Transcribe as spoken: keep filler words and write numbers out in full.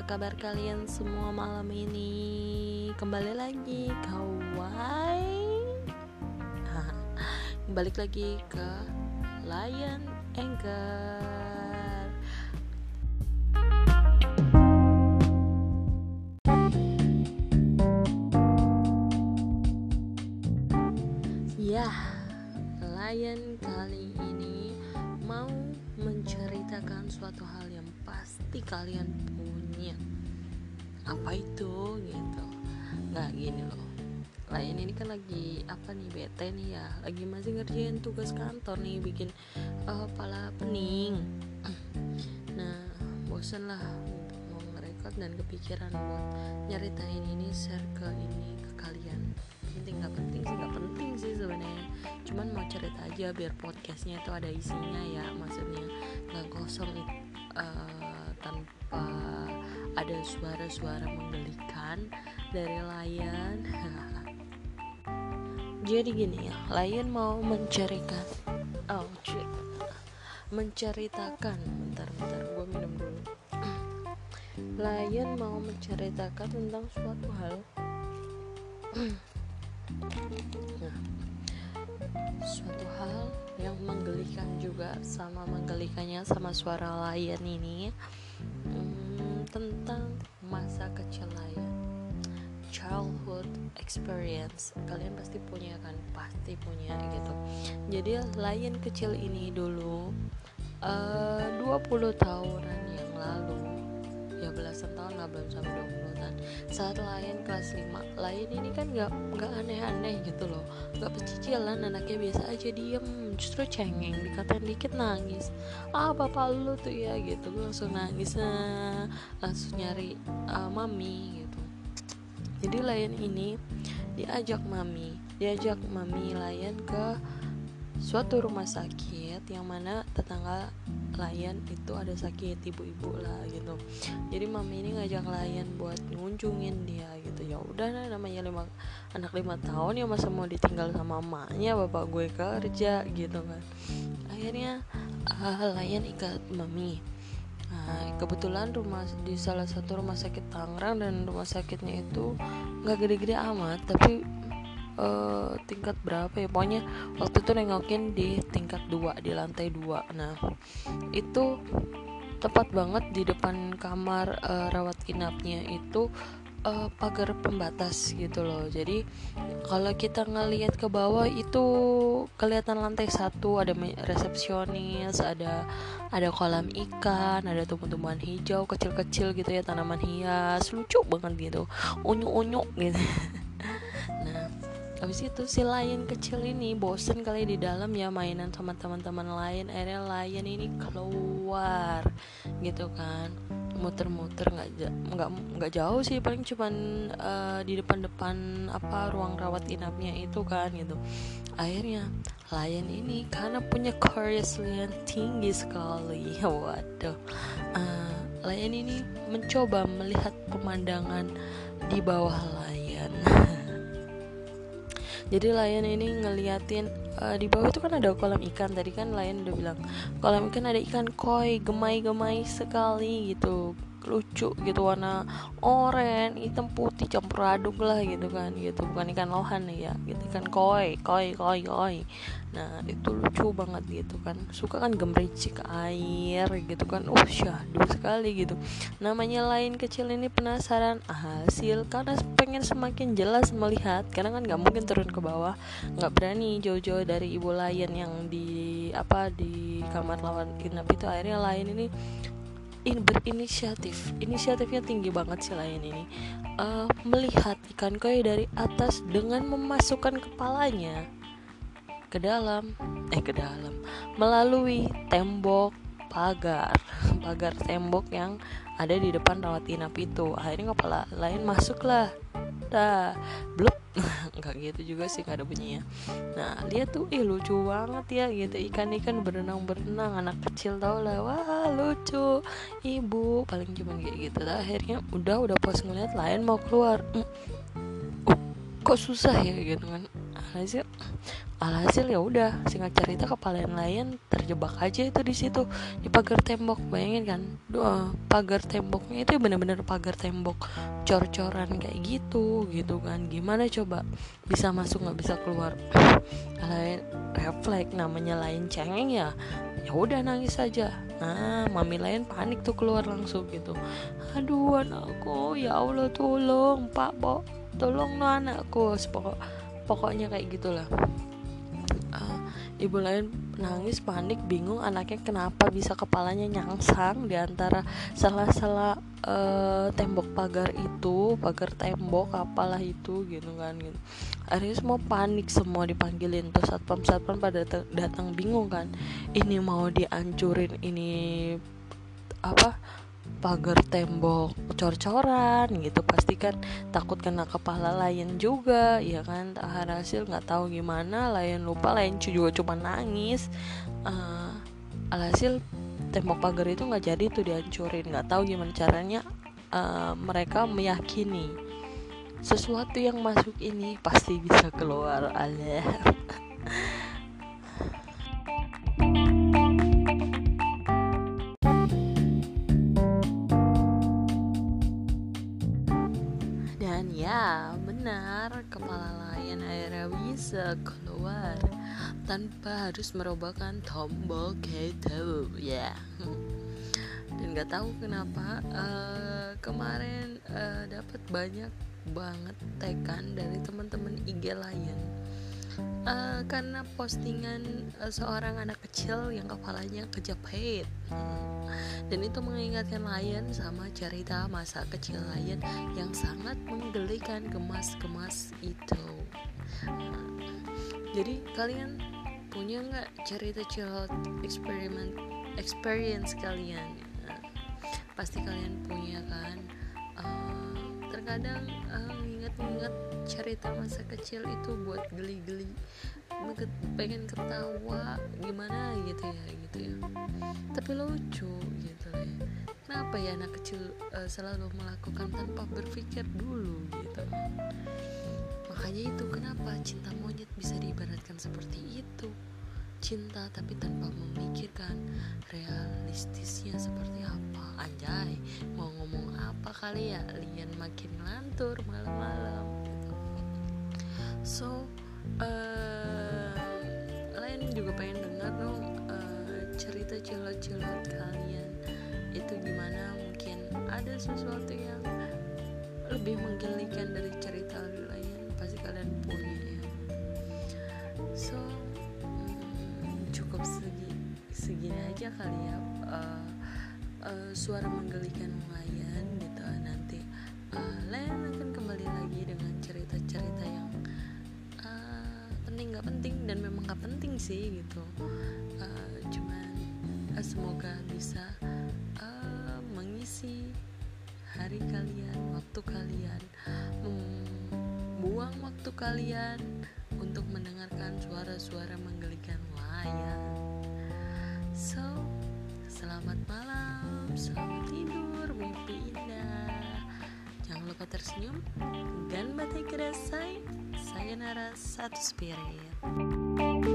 kabar kalian semua malam ini? Kembali lagi kawan. Balik lagi ke Lion Anchor. Ya, Lion kali ini mau menceritakan suatu hal yang pasti kalian punya. Apa itu gitu? Nggak gini loh. Lion ini kan lagi apa nih, bete nih ya, lagi masih ngerjain tugas kantor nih, bikin uh, pala pening. Nah, bosen lah untuk mau ngerekord dan kepikiran buat nyeritain ini, share ke ini ke kalian. Penting nggak penting sih, nggak penting sih sebenarnya. Cuman mau cerita aja biar podcastnya itu ada isinya ya, maksudnya nggak kosong uh, tanpa ada suara-suara menggelikan dari Lion. Jadi gini ya, Lion mau menceritakan, oh shit, menceritakan, bentar-bentar, gue minum dulu. Lion mau menceritakan tentang suatu hal. Nah, suatu hal yang menggelikan juga, sama menggelikannya sama suara Lion ini, hmm, tentang masa kecil Lion. Childhood experience. Kalian pasti punya kan? Pasti punya gitu. Jadi Lion kecil ini dulu uh, dua puluh tahunan yang lalu, ya belasan tahun lah, belum sampai dua puluh tahun, saat Lion kelas lima. Lion ini kan gak, gak aneh-aneh gitu loh, gak pecicilan, anaknya biasa aja, diem, justru cengeng, dikatain dikit nangis. Ah bapak lu tuh ya gitu, gue langsung nangis, nah, langsung nyari uh, mami gitu. Jadi Lion ini diajak mami, diajak mami Lion ke suatu rumah sakit yang mana tetangga Lion itu ada sakit, ibu-ibu lah gitu. Jadi mami ini ngajak Lion buat ngunjungin dia gitu. Ya udah, nah, namanya lima, anak lima tahun ya, masa mau ditinggal sama emaknya, bapak gue kerja gitu kan. Akhirnya uh, Lion ikat mami. Nah, kebetulan rumah di salah satu rumah sakit Tangerang, dan rumah sakitnya itu nggak gede-gede amat, tapi uh, tingkat berapa ya, pokoknya waktu itu nengokin di tingkat dua, di lantai dua. Nah itu tepat banget di depan kamar uh, rawat inapnya itu uh, pagar pembatas gitu loh. Jadi kalau kita ngelihat ke bawah itu kelihatan lantai satu, ada resepsionis, ada ada kolam ikan, ada tumbuh-tumbuhan hijau kecil-kecil gitu ya, tanaman hias lucu banget gitu, unyu-unyu gitu. Nah habis itu si Lion kecil ini bosen kali di dalam ya, mainan sama teman-teman lain. Akhirnya Lion ini keluar gitu kan, muter-muter, nggak nggak nggak jauh sih, paling cuman uh, di depan-depan apa ruang rawat inapnya itu kan gitu. Akhirnya Lion ini karena punya curiosity yang tinggi sekali, waduh, uh, Lion ini mencoba melihat pemandangan di bawah Lion. Jadi Lion ini ngeliatin uh, di bawah itu kan ada kolam ikan. Tadi kan Lion udah bilang kolam ikan ada ikan koi, gemai-gemai sekali gitu, lucu gitu, warna oranye, hitam, putih campur aduk lah gitu kan gitu. Bukan ikan lohan ya, gitu, ikan koi, koi, koi, koi. Nah itu lucu banget gitu kan, suka kan gemericik air gitu kan, uh syahdu sekali gitu. Namanya Lion kecil ini penasaran hasil, karena pengen semakin jelas melihat, karena kan nggak mungkin turun ke bawah, nggak berani jauh-jauh dari ibu Lion yang di apa di kamar lawan inap itu. Akhirnya Lion ini in berinisiatif, inisiatifnya tinggi banget sih Lion ini, uh, melihat ikan koi dari atas dengan memasukkan kepalanya ke dalam, eh ke dalam, melalui tembok pagar, pagar tembok yang ada di depan rawat inap itu. Akhirnya kepala Lion masuk lah, dah, bluk, nggak gitu juga sih, nggak ada bunyinya. Nah lihat tuh, ih lucu banget ya gitu, ikan-ikan berenang-berenang, anak kecil tau lah, wah lucu, ibu paling cuman kayak gitu. Nah, akhirnya udah udah pas ngeliat Lion mau keluar, mm, oh, kok susah ya gitu kan. alhasil alhasil ya udah, singkat cerita kepala nelayan terjebak aja itu di situ di pagar tembok. Bayangin kan, doa pagar temboknya itu bener-bener pagar tembok cor-coran kayak gitu gitu kan, gimana coba bisa masuk nggak bisa keluar. Nelayan refleks, namanya lain cengeng ya ya udah nangis aja. Nah mami lain panik tuh keluar langsung gitu, aduh anakku, ya Allah tolong pak po tolong no anakku, pokok pokoknya kayak gitulah. Uh, ibu lain nangis panik bingung anaknya kenapa bisa kepalanya nyangsang di antara sela-sela uh, tembok pagar itu, pagar tembok apalah itu gitu kan gitu. Akhirnya semua panik, semua dipanggilin tuh satpam satpam pada datang bingung kan, ini mau dihancurin ini apa pagar tembok cor-coran gitu, pasti kan takut kena kepala lain juga ya kan. Hasil nggak tahu gimana lain lupa, lain juga cuma nangis. uh, alhasil tembok pagar itu nggak jadi tuh dihancurin. Nggak tahu gimana caranya uh, mereka meyakini sesuatu yang masuk ini pasti bisa keluar. Alah. Dan ya benar, kepala layan akhirnya bisa keluar tanpa harus merobahkan tombol gitu ya. Dan nggak tahu kenapa uh, kemarin uh, dapat banyak banget tekan dari teman-teman I G Lion uh, karena postingan uh, seorang anak kecil yang kepalanya kejepit. hmm. Dan itu mengingatkan Lion sama cerita masa kecil Lion yang sangat menggelikan, gemas-gemas itu. uh, jadi kalian punya nggak cerita child experiment experience kalian? uh, pasti kalian punya kan. uh, terkadang uh, ingat-ingat cerita masa kecil itu buat geli-geli, pengen ketawa gimana gitu ya gitu ya tapi lucu gitu ya. Kenapa ya anak kecil uh, selalu melakukan tanpa berpikir dulu gitu. Makanya itu kenapa cinta monyet bisa diibaratkan seperti itu, cinta tapi tanpa memikirkan realistisnya seperti apa. Anjay, mau ngomong apa kali ya, Lian makin ngantur malam-malam gitu. So uh, lain juga pengen dengar dong uh, cerita cilot-cilot kalian itu gimana. Mungkin ada sesuatu yang lebih menggelikan dari cerita lain, pasti kalian punya ya. So cukup segi, segini aja kali ya uh, uh, suara menggelikan layan gitu. Nanti uh, layan akan kembali lagi dengan cerita-cerita yang uh, penting gak penting, dan memang gak penting sih gitu. uh, cuman uh, semoga bisa uh, mengisi hari kalian, waktu kalian, membuang waktu kalian untuk mendengarkan suara-suara menggelikan layan. So, selamat malam, selamat tidur, mimpi indah. Jangan lupa tersenyum, ganbatai kudasai, sayonara, satu spirit.